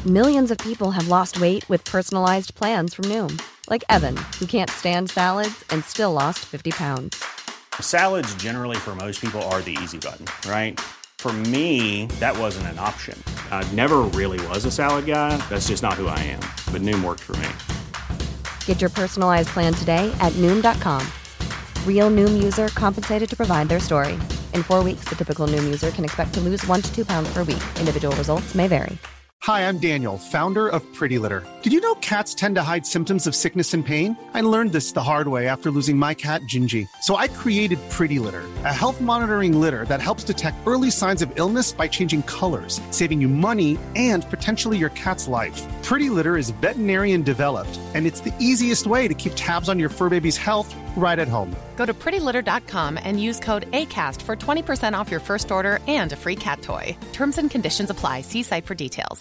Millions of people have lost weight with personalized plans from Noom. Like Evan, who can't stand salads and still lost 50 pounds. Salads generally for most people are the easy button, right? For me, that wasn't an option. I never really was a salad guy. That's just not who I am. But Noom worked for me. Get your personalized plan today at Noom.com. Real Noom user compensated to provide their story. In 4 weeks, the typical Noom user can expect to lose 1 to 2 pounds per week. Individual results may vary. Hi, I'm Daniel, founder of Pretty Litter. Did you know cats tend to hide symptoms of sickness and pain? I learned this the hard way after losing my cat, Gingy. So I created Pretty Litter, a health monitoring litter that helps detect early signs of illness by changing colors, saving you money and potentially your cat's life. Pretty Litter is veterinarian developed, and it's the easiest way to keep tabs on your fur baby's health right at home. Go to prettylitter.com and use code ACAST for 20% off your first order and a free cat toy. Terms and conditions apply. See site for details.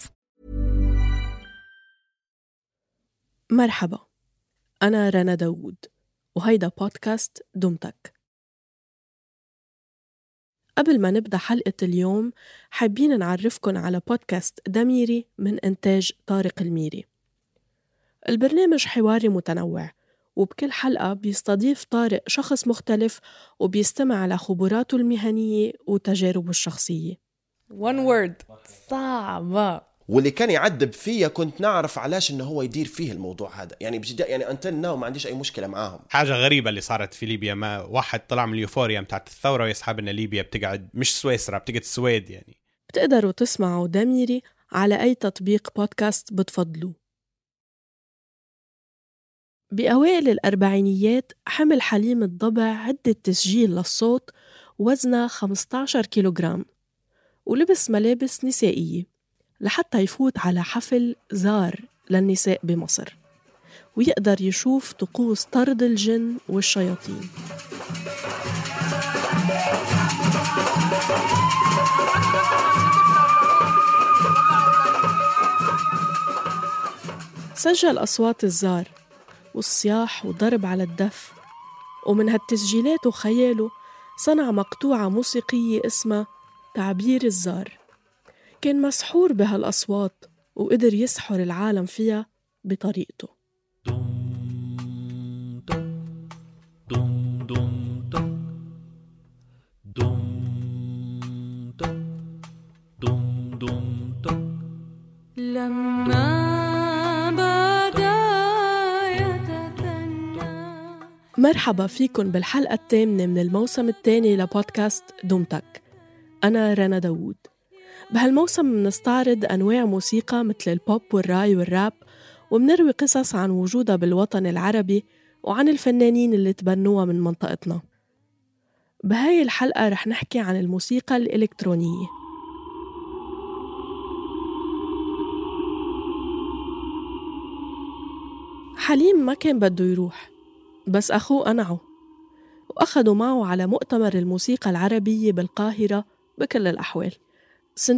مرحبا، أنا رنا داوود وهيدا بودكاست دمتك. قبل ما نبدأ حلقة اليوم حابين نعرفكن على بودكاست دميري من إنتاج طارق الميري. البرنامج حواري متنوع، وبكل حلقة بيستضيف طارق شخص مختلف وبيستمع لخبراته المهنية وتجاربه الشخصية. One word صعبة. واللي كان يعذب فيا كنت نعرف علاش انه هو يدير فيه الموضوع هذا، يعني بجد يعني انتنا وما عنديش اي مشكله معاهم. حاجه غريبه اللي صارت في ليبيا، ما واحد طلع من اليوفوريا متاعت الثوره ويسحب ان ليبيا بتقعد مش سويسرا، بتقعد السويد. يعني بتقدروا تسمعوا دميري على اي تطبيق بودكاست بتفضلوه. بأوائل الأربعينيات حمل حليم الضبع عدة تسجيل للصوت وزنها 15 كيلوغرام، ولبس ملابس نسائية لحتى يفوت على حفل زار للنساء بمصر ويقدر يشوف طقوس طرد الجن والشياطين. سجل أصوات الزار والصياح وضرب على الدف، ومن هالتسجيلات وخياله صنع مقطوعة موسيقية اسمها تعبير الزار. كان مسحور بهالأصوات وقدر يسحر العالم فيها بطريقته. مرحبا فيكن بالحلقة الثامنة من الموسم الثاني لبودكاست دمتك. أنا رنا داوود. بهالموسم منستعرض أنواع موسيقى مثل البوب والراي والراب، ومنروي قصص عن وجودها بالوطن العربي وعن الفنانين اللي تبنوها من منطقتنا. بهاي الحلقة رح نحكي عن الموسيقى الإلكترونية. حليم ما كان بده يروح، بس أخوه قنعه وأخذوا معه على مؤتمر الموسيقى العربية بالقاهرة. بكل الأحوال سنة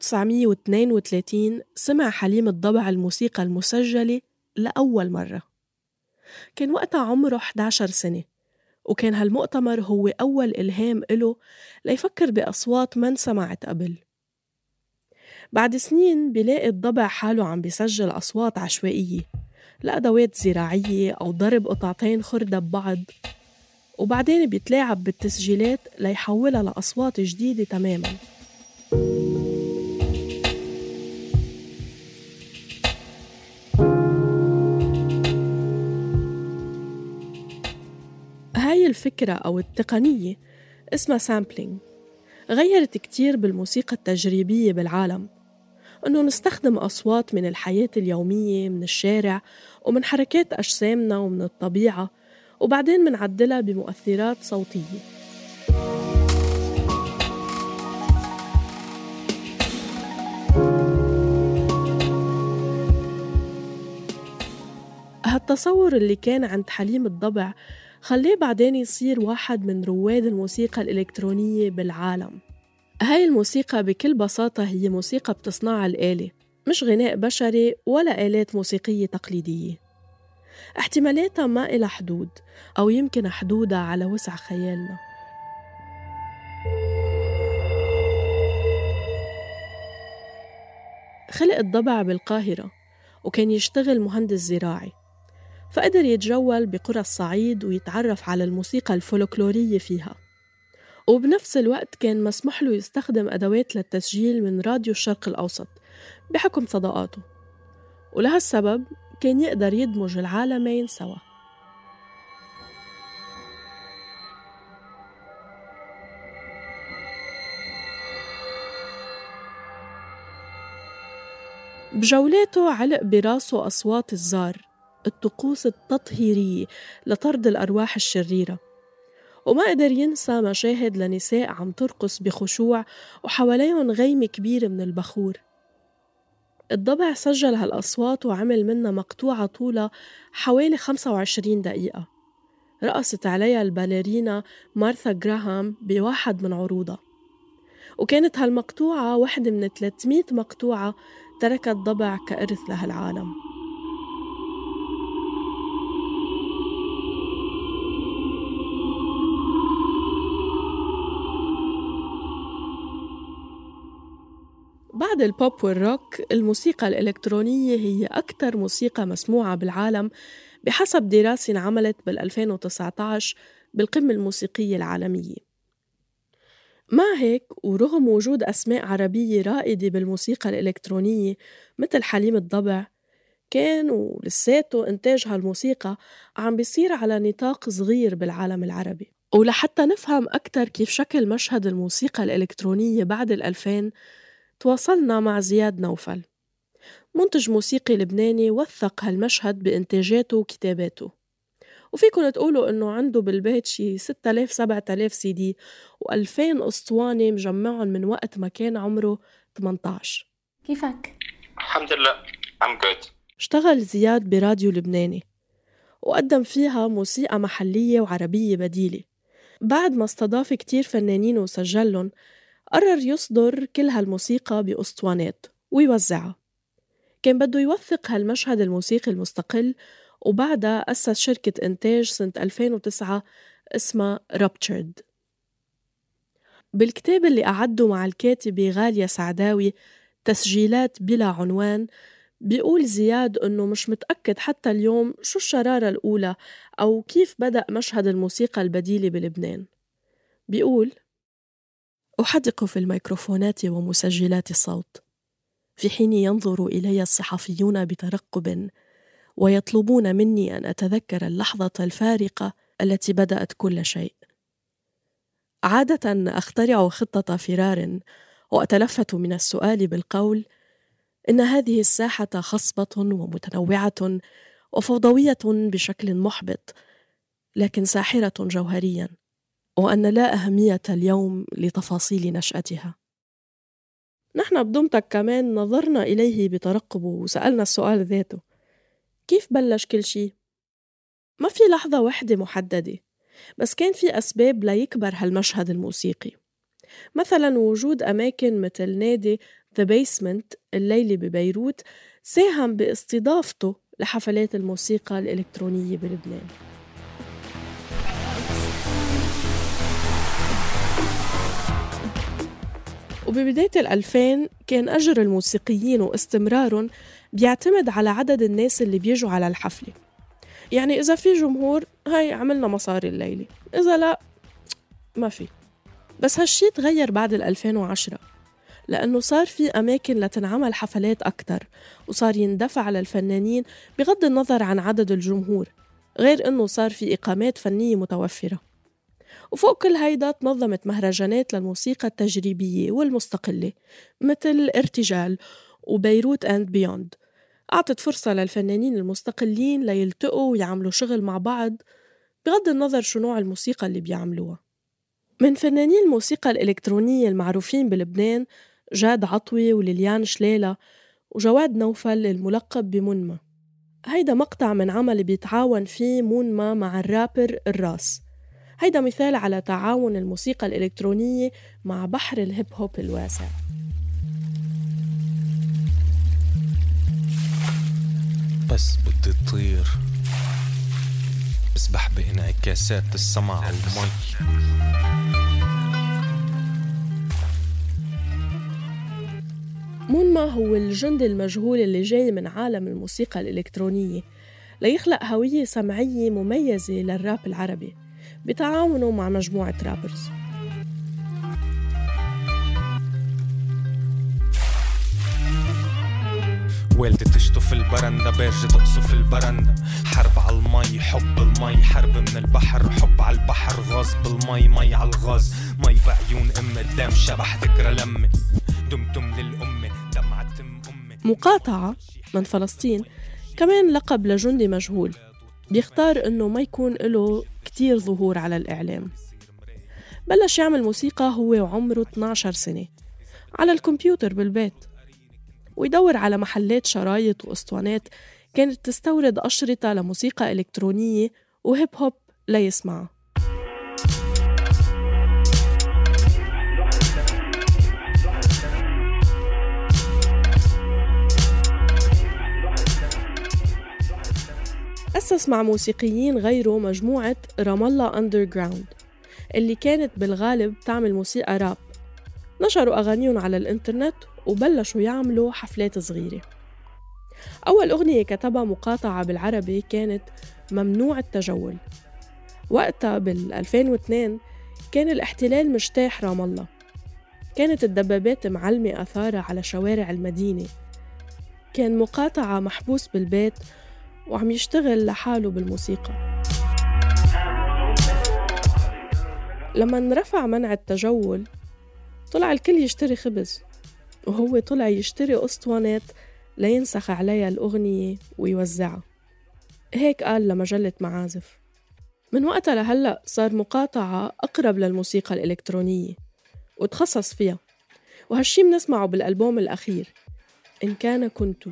1932 سمع حليم الضبع الموسيقى المسجلة لأول مرة. كان وقتها عمره 11 سنة، وكان هالمؤتمر هو أول إلهام له ليفكر بأصوات ما انسمعت قبل. بعد سنين بيلاقي الضبع حاله عم بيسجل أصوات عشوائية لأدوات زراعية أو ضرب قطعتين خردة ببعض، وبعدين بيتلاعب بالتسجيلات ليحولها لأصوات جديدة تماماً. هاي الفكرة أو التقنية اسمها سامبلينج، غيرت كتير بالموسيقى التجريبية بالعالم، أنه نستخدم أصوات من الحياة اليومية، من الشارع ومن حركات أجسامنا ومن الطبيعة، وبعدين منعدلها بمؤثرات صوتية. هالتصور اللي كان عند حليم الضبع خليه بعدين يصير واحد من رواد الموسيقى الإلكترونية بالعالم. هاي الموسيقى بكل بساطة هي موسيقى بتصنعها الآلة، مش غناء بشري ولا آلات موسيقية تقليدية. احتمالاتها ما إلها حدود، أو يمكن حدودها على وسع خيالنا. خلق الضبع بالقاهرة وكان يشتغل مهندس زراعي، فقدر يتجول بقرى الصعيد ويتعرف على الموسيقى الفولكلورية فيها. وبنفس الوقت كان مسموح له يستخدم أدوات للتسجيل من راديو الشرق الأوسط بحكم صداقاته، ولهالسبب كان يقدر يدمج العالمين سوا. بجولاته علق براسه أصوات الزار، الطقوس التطهيرية لطرد الأرواح الشريرة، وما قدر ينسى مشاهد لنساء عم ترقص بخشوع وحواليهم غيم كبير من البخور. الضبع سجل هالأصوات وعمل منها مقطوعة طولها حوالي 25 دقيقة، رقصت عليها الباليرينا مارثا جراهام بواحد من عروضها، وكانت هالمقطوعة واحدة من 300 مقطوعة تركت ضبع كإرث لهالعالم. بعد البوب والروك، الموسيقى الإلكترونية هي أكثر موسيقى مسموعة بالعالم بحسب دراسة انعملت بال2019 بالقمة الموسيقية العالمية. مع هيك ورغم وجود أسماء عربية رائدة بالموسيقى الإلكترونية مثل حليم الضبع، كان ولساته إنتاج هالموسيقى عم بيصير على نطاق صغير بالعالم العربي. ولحتى نفهم أكثر كيف شكل مشهد الموسيقى الإلكترونية بعد 2000، تواصلنا مع زياد نوفل، منتج موسيقي لبناني وثق هالمشهد بإنتاجاته وكتاباته، وفيكن تقولوا إنه عنده بالبيت شي 6000-7000 CD و2000 أسطوانة مجمعهم من وقت ما كان عمره 18. كيفك؟ الحمد لله I'm good. اشتغل زياد براديو لبناني وقدم فيها موسيقى محلية وعربية بديلة. بعد ما استضاف كتير فنانين وسجلهم، قرر يصدر كل هالموسيقى بأسطوانات ويوزعها. كان بده يوثق هالمشهد الموسيقي المستقل، وبعدها أسس شركة إنتاج سنة 2009 اسمها Ruptured. بالكتاب اللي أعده مع الكاتبة غالية سعداوي تسجيلات بلا عنوان، بيقول زياد أنه مش متأكد حتى اليوم شو الشرارة الأولى أو كيف بدأ مشهد الموسيقى البديلة بلبنان. بيقول: أحدق في الميكروفونات ومسجلات الصوت في حين ينظر إلي الصحفيون بترقب ويطلبون مني أن أتذكر اللحظة الفارقة التي بدأت كل شيء. عادة أخترع خطة فرار وأتلفت من السؤال بالقول: إن هذه الساحة خصبة ومتنوعة وفوضوية بشكل محبط، لكن ساحرة جوهريا، وأن لا أهمية اليوم لتفاصيل نشأتها. نحن بدمتك كمان نظرنا إليه بترقب وسألنا السؤال ذاته: كيف بلش كل شيء؟ ما في لحظة واحدة محددة، بس كان في أسباب ليكبر هالمشهد الموسيقي. مثلا وجود أماكن مثل نادي The Basement الليلي ببيروت ساهم باستضافته لحفلات الموسيقى الإلكترونية بلبنان. وببداية 2000 كان أجر الموسيقيين واستمرارهم بيعتمد على عدد الناس اللي بيجوا على الحفلة. يعني إذا في جمهور هاي عملنا مصاري الليلة، إذا لا ما في. بس هالشي تغير بعد 2010، لأنه صار في أماكن لتنعمل حفلات أكتر، وصار يندفع للفنانين بغض النظر عن عدد الجمهور، غير أنه صار في إقامات فنية متوفرة. وفوق كل هيدا تنظمت مهرجانات للموسيقى التجريبية والمستقلة مثل ارتجال وبيروت أند بيوند، أعطت فرصة للفنانين المستقلين ليلتقوا ويعملوا شغل مع بعض بغض النظر شو نوع الموسيقى اللي بيعملوها. من فنانين الموسيقى الإلكترونية المعروفين بلبنان جاد عطوي وليليان شليلة وجواد نوفل الملقب بمونما. هيدا مقطع من عمل بيتعاون فيه مونما مع الرابر الراس. هيدا مثال على تعاون الموسيقى الإلكترونية مع بحر الهيب هوب الواسع. بس بدي تطير، بسبح بانعكاسات السماء والمي. مون ما هو الجندي المجهول اللي جاي من عالم الموسيقى الإلكترونية ليخلق هوية سمعية مميزة للراب العربي بتعاونه مع مجموعة رابرز. والدي تشطف البرندة، بارجة تقصف البرندة، حرب على المي، حب المي، حرب من البحر، حب على البحر، غاز بالمي، مي على الغاز، مي بعيون الدم، شبح ذكرى لمي، دمتم للأمة، دمعة أمي. مقاطعة من فلسطين كمان لقب لجندي مجهول بيختار إنه ما يكون له كتير ظهور على الإعلام. بلش يعمل موسيقى هو وعمره 12 سنة على الكمبيوتر بالبيت، ويدور على محلات شرايط وأسطوانات كانت تستورد أشرطة لموسيقى إلكترونية وهيب هوب ليسمعها. أسس مع موسيقيين غيره مجموعة رام الله أندرغراوند اللي كانت بالغالب تعمل موسيقى راب. نشروا أغانيهم على الإنترنت وبلشوا يعملوا حفلات صغيرة. أول أغنية كتبها مقاطعة بالعربي كانت ممنوع التجول. وقتها بال2002 كان الاحتلال مجتاح رام الله، كانت الدبابات معلمة أثارها على شوارع المدينة، كان مقاطعة محبوس بالبيت وعم يشتغل لحاله بالموسيقى. لما انرفع منع التجول طلع الكل يشتري خبز، وهو طلع يشتري أسطوانات لينسخ عليها الأغنية ويوزعها. هيك قال لمجلة معازف. من وقتها لهلأ صار مقاطعة أقرب للموسيقى الإلكترونية وتخصص فيها، وهالشي بنسمعه بالألبوم الأخير إن كان كنت.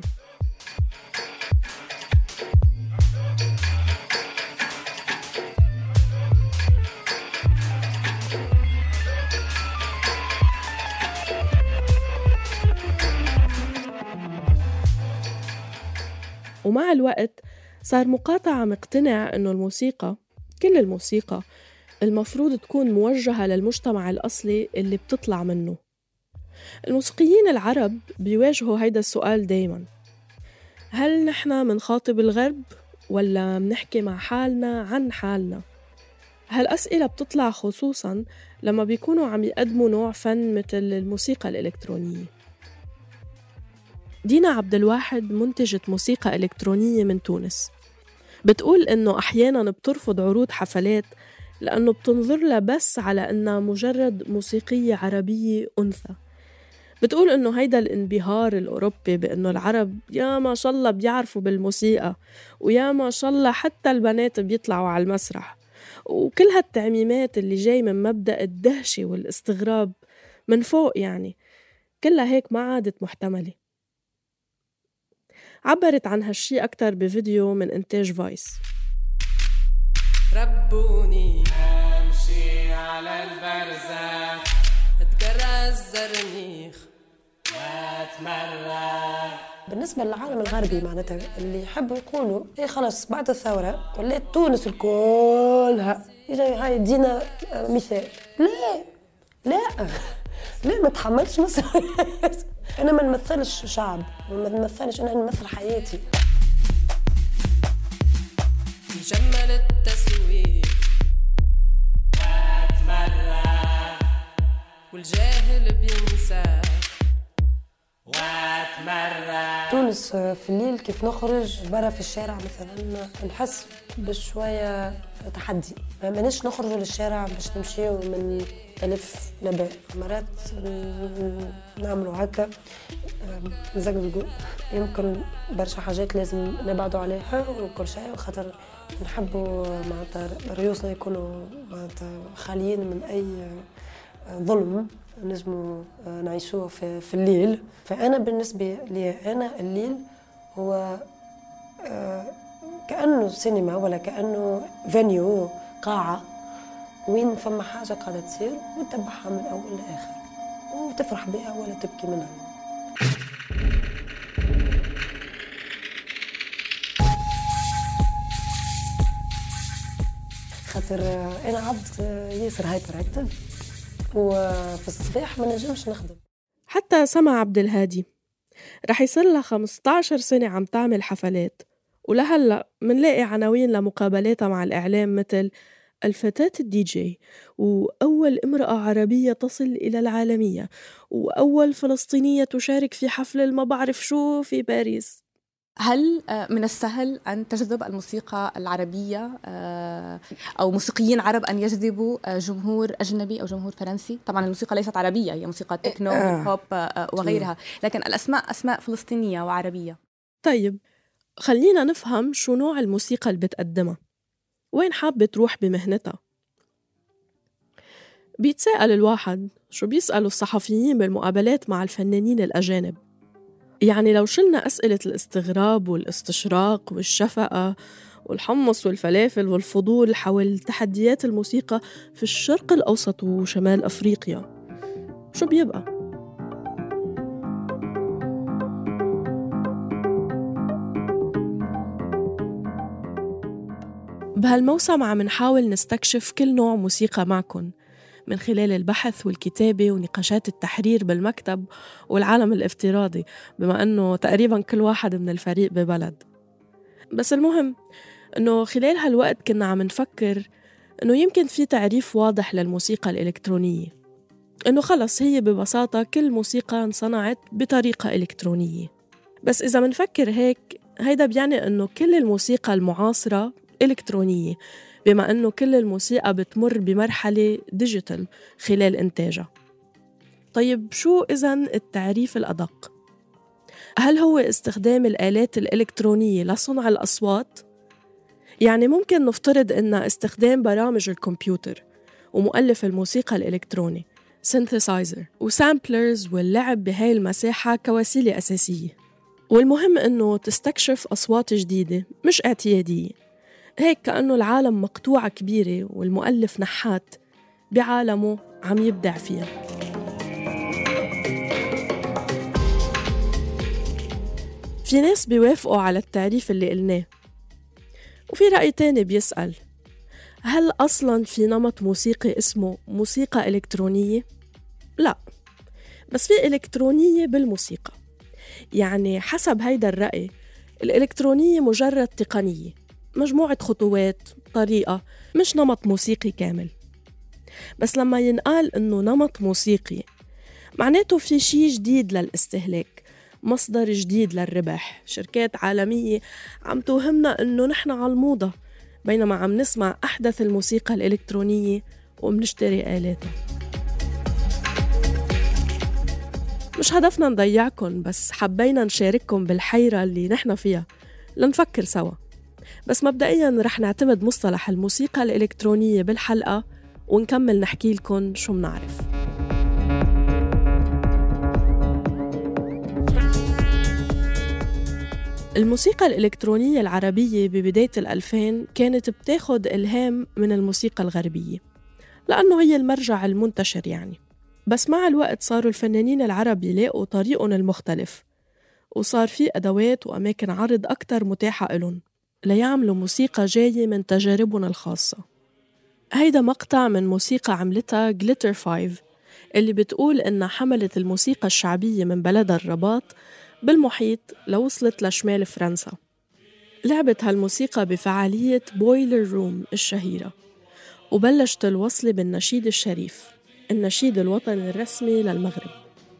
ومع الوقت صار مقاطعة مقتنع إنه الموسيقى، كل الموسيقى، المفروض تكون موجهة للمجتمع الأصلي اللي بتطلع منه. الموسيقيين العرب بيواجهوا هيدا السؤال دايماً: هل نحن منخاطب الغرب ولا منحكي مع حالنا عن حالنا؟ هالأسئلة بتطلع خصوصاً لما بيكونوا عم يقدموا نوع فن مثل الموسيقى الإلكترونية. دينا عبد الواحد منتجة موسيقى إلكترونية من تونس، بتقول إنه أحياناً بترفض عروض حفلات لأنه بتنظر لها بس على إنها مجرد موسيقية عربية أنثى. بتقول إنه هيدا الانبهار الأوروبي بإنه العرب يا ما شاء الله بيعرفوا بالموسيقى ويا ما شاء الله حتى البنات بيطلعوا على المسرح، وكل هالتعميمات اللي جاي من مبدأ الدهشة والاستغراب من فوق، يعني كلها هيك ما عادت محتملة. عبرت عن هالشي أكتر بفيديو من إنتاج فايس. ربوني أمشي على البرزخ، اتجرى الزرنيخ واتمرغ. بالنسبة للعالم الغربي معناتها اللي يحبوا يقولوا إيه خلاص بعد الثورة وليت تونس الكلها هاي دينا مثال. لا ما تحملش مصر. أنا ما نمثلش شعب، ما نمثلش، أنا نمثل حياتي. جمل التسويق واتمرغ، والجاهل بينسى واتمرغ. تونس في الليل كيف نخرج برا في الشارع مثلا نحس بشوية تحدي، ما ماناش نخرجوا للشارع باش نمشيو من ألف لباء. مرات نعملوا هكا نزقزقوا، يمكن برشا حاجات لازم نبعدوا عليها وكل شيء، وخاطر نحبوا معناتها ريوسنا يكونوا معناتها خاليين من أي ظلم نجموا نعيشوه في الليل. فأنا بالنسبة لي أنا الليل هو كأنه سينما ولا كأنه فينيو، قاعة وين فما حاجة قاعدة تصير وتتبعها من أول لآخر وتفرح بها ولا تبكي منها. خاطر أنا عبد ياسر هايبر أكتف، وفي الصباح ما نجمش نخدم. حتى سما عبد الهادي رح يصير لها 15 سنة عم تعمل حفلات، ولهلأ منلاقي عناوين لمقابلاتها مع الإعلام مثل الفتاة الدي جي، وأول امرأة عربية تصل إلى العالمية، وأول فلسطينية تشارك في حفل ما بعرف شو في باريس. هل من السهل أن تجذب الموسيقى العربية أو موسيقيين عرب أن يجذبوا جمهور أجنبي أو جمهور فرنسي؟ طبعا الموسيقى ليست عربية، هي موسيقى تكنو هوب وغيرها، لكن أسماء فلسطينية وعربية. طيب خلينا نفهم شو نوع الموسيقى اللي بتقدمها، وين حابة تروح بمهنتها. بيتساءل الواحد شو بيسألوا الصحفيين بالمقابلات مع الفنانين الأجانب. يعني لو شلنا أسئلة الاستغراب والاستشراق والشفقة والحمص والفلافل والفضول حول تحديات الموسيقى في الشرق الأوسط وشمال أفريقيا، شو بيبقى؟ بهالموسم عم نحاول نستكشف كل نوع موسيقى معكن من خلال البحث والكتابة ونقاشات التحرير بالمكتب والعالم الافتراضي، بما أنه تقريباً كل واحد من الفريق ببلد. بس المهم أنه خلال هالوقت كنا عم نفكر أنه يمكن في تعريف واضح للموسيقى الإلكترونية، أنه خلص هي ببساطة كل موسيقى انصنعت بطريقة إلكترونية. بس إذا منفكر هيك، هيدا بيعني أنه كل الموسيقى المعاصرة إلكترونية، بما أنه كل الموسيقى بتمر بمرحلة ديجيتال خلال إنتاجها. طيب شو إذن التعريف الأدق؟ هل هو استخدام الآلات الإلكترونية لصنع الأصوات؟ يعني ممكن نفترض أن استخدام برامج الكمبيوتر ومؤلف الموسيقى الإلكتروني synthesizer وسامبلرز واللعب بهاي المساحة كوسيلة أساسية. والمهم أنه تستكشف أصوات جديدة مش اعتيادية، هيك كأنه العالم مقطوعة كبيرة والمؤلف نحات بعالمه عم يبدع فيها. في ناس بيوافقوا على التعريف اللي قلناه، وفي رأي تاني بيسأل هل أصلاً في نمط موسيقي اسمه موسيقى إلكترونية؟ لا، بس في إلكترونية بالموسيقى. يعني حسب هيدا الرأي الإلكترونية مجرد تقنية، مجموعة خطوات، طريقة، مش نمط موسيقي كامل. بس لما ينقال إنه نمط موسيقي معناته في شي جديد للاستهلاك، مصدر جديد للربح، شركات عالمية عم توهمنا إنه نحن على الموضة بينما عم نسمع أحدث الموسيقى الإلكترونية ومنشتري آلاتها. مش هدفنا نضيعكن، بس حبينا نشارككم بالحيرة اللي نحن فيها لنفكر سوا. بس مبدئياً رح نعتمد مصطلح الموسيقى الإلكترونية بالحلقة ونكمل نحكي لكم شو منعرف. الموسيقى الإلكترونية العربية ببداية 2000 كانت بتاخد إلهام من الموسيقى الغربية لأنه هي المرجع المنتشر يعني. بس مع الوقت صاروا الفنانين العرب يلاقوا طريقهم المختلف، وصار في أدوات وأماكن عرض أكتر متاحة إلهم ليعملوا موسيقى جاية من تجاربهم الخاصة. هيدا مقطع من موسيقى عملتها Glitter 5 اللي بتقول إنها حملت الموسيقى الشعبية من بلدها الرباط بالمحيط لوصلت لشمال فرنسا. لعبت هالموسيقى بفعالية بويلر روم الشهيرة، وبلشت الوصل بالنشيد الشريف، النشيد الوطني الرسمي للمغرب.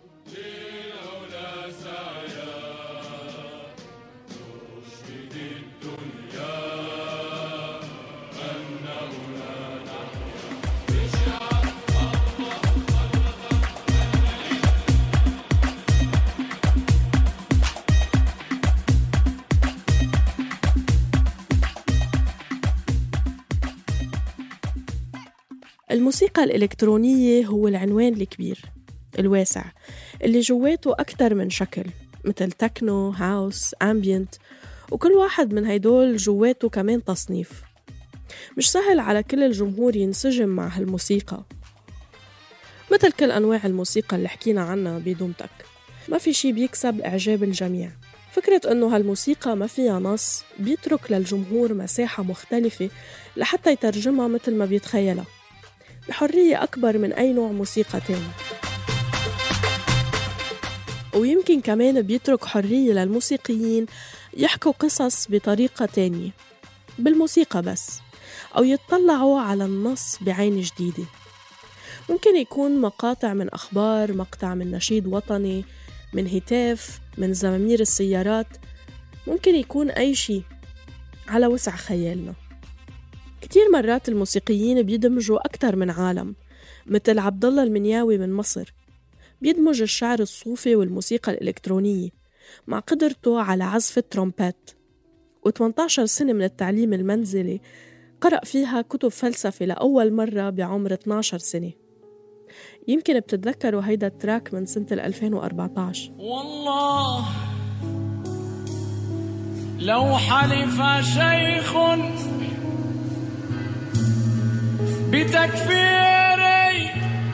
الموسيقى الإلكترونية هو العنوان الكبير الواسع اللي جواته أكتر من شكل، مثل تكنو، هاوس، أمبينت، وكل واحد من هيدول جواته كمان تصنيف. مش سهل على كل الجمهور ينسجم مع هالموسيقى. مثل كل أنواع الموسيقى اللي حكينا عنها بدومتك، ما في شي بيكسب إعجاب الجميع. فكرة أنه هالموسيقى ما فيها نص بيترك للجمهور مساحة مختلفة لحتى يترجمها مثل ما بيتخيلها بحرية أكبر من أي نوع موسيقى تاني. ويمكن كمان بيترك حرية للموسيقيين يحكوا قصص بطريقة تانية بالموسيقى بس، أو يتطلعوا على النص بعين جديدة. ممكن يكون مقاطع من أخبار، مقطع من نشيد وطني، من هتاف، من زمامير السيارات، ممكن يكون أي شيء على وسع خيالنا. كتير مرات الموسيقيين بيدمجوا أكتر من عالم، مثل عبد الله المنياوي من مصر، بيدمج الشعر الصوفي والموسيقى الإلكترونية مع قدرته على عزف الترومبات، و18 سنة من التعليم المنزلي قرأ فيها كتب فلسفة لأول مرة بعمر 12 سنة. يمكن بتتذكروا هيدا التراك من سنة 2014. والله لو حلف شيخ بتكفيري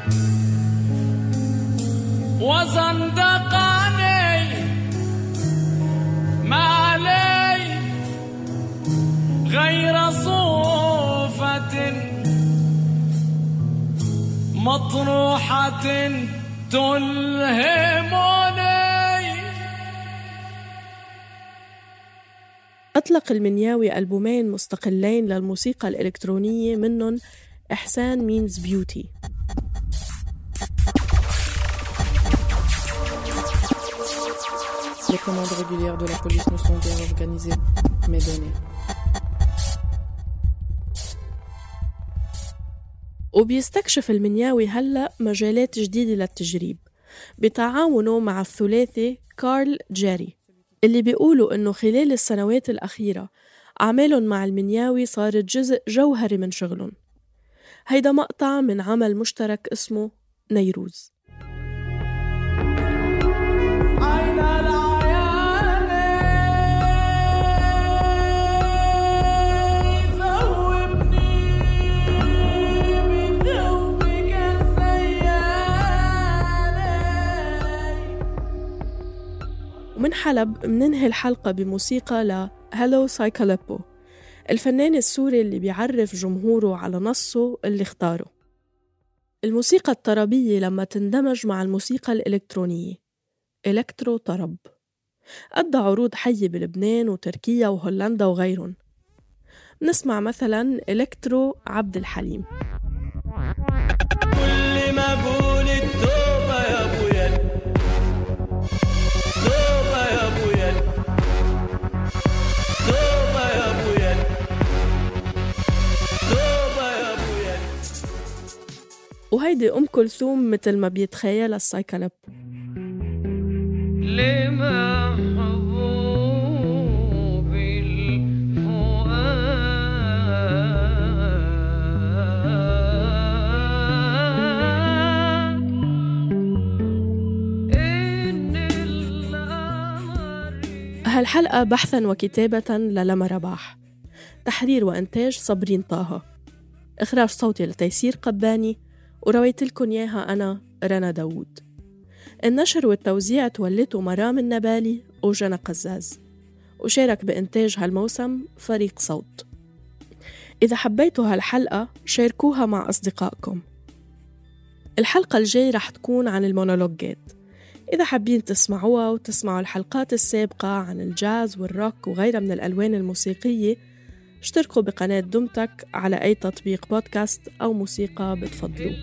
وزندقاني ما علي غير صوفة مطروحة تلهمني. أطلق المنياوي ألبومين مستقلين للموسيقى الإلكترونية، منهم إحسان Means Beauty. Les commandes régulières de la police nous sont bien organisées, mais données. وبيستكشف المنياوي هلأ مجالات جديدة للتجريب بتعاونه مع الثلاثي كارل جيري، اللي بيقولوا إنه خلال السنوات الأخيرة أعمالهم مع المنياوي صارت جزء جوهري من شغلهم. هيدا مقطع من عمل مشترك اسمه نيروز. ومن حلب مننهي الحلقة بموسيقى لهالو سايكاليبو، الفنان السوري اللي بيعرف جمهوره على نصه اللي اختاره. الموسيقى الطربية لما تندمج مع الموسيقى الإلكترونية، إلكترو طرب، أدى عروض حية بلبنان وتركيا وهولندا وغيرهم. نسمع مثلاً إلكترو عبد الحليم. كل ما أقول التوبة يا أبويا، توبة يا أبويا، توبة يا أبويا، توبة يا أبويا. وهيدي أم كلثوم مثل ما بيتخيل السايكاليب. لما حبوبي هالحلقة بحثاً وكتابة للما رباح، تحرير وإنتاج صبرين طه، إخراج صوتي لتيسير قباني، ورويت لكم إياها أنا رنا داوود. النشر والتوزيع تولته مرام النبالي وجنى قزاز، وشارك بإنتاج هالموسم فريق صوت. إذا حبيتوا هالحلقة شاركوها مع أصدقائكم. الحلقة الجاي رح تكون عن المونولوجات. إذا حابين تسمعوها وتسمعوا الحلقات السابقة عن الجاز والروك وغيرها من الألوان الموسيقية، اشتركوا بقناة دمتك على أي تطبيق بودكاست أو موسيقى بتفضلوه.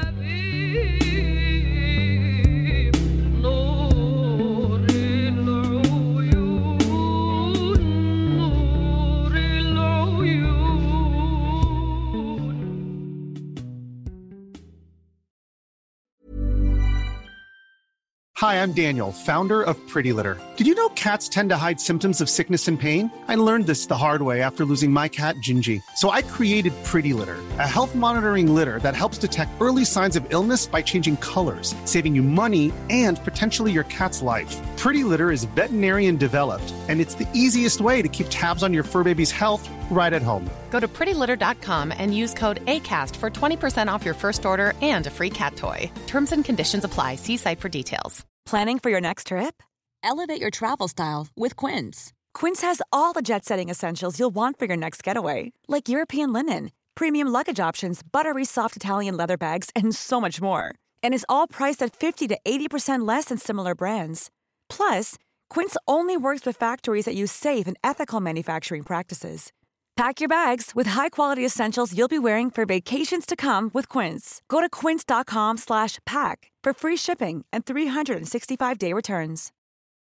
Hi, I'm Daniel, founder of Pretty Litter. Did you know cats tend to hide symptoms of sickness and pain? I learned this the hard way after losing my cat, Gingy. So I created Pretty Litter, a health monitoring litter that helps detect early signs of illness by changing colors, saving you money and potentially your cat's life. Pretty Litter is veterinarian developed, and it's the easiest way to keep tabs on your fur baby's health right at home. Go to prettylitter.com and use code ACAST for 20% off your first order and a free cat toy. Terms and conditions apply. See site for details. Planning for your next trip? Elevate your travel style with Quince. Quince has all the jet-setting essentials you'll want for your next getaway, like European linen, premium luggage options, buttery soft Italian leather bags, and so much more. And is all priced at 50 to 80% less than similar brands. Plus, Quince only works with factories that use safe and ethical manufacturing practices. Pack your bags with high-quality essentials you'll be wearing for vacations to come with Quince. Go to quince.com/pack for free shipping and 365-day returns.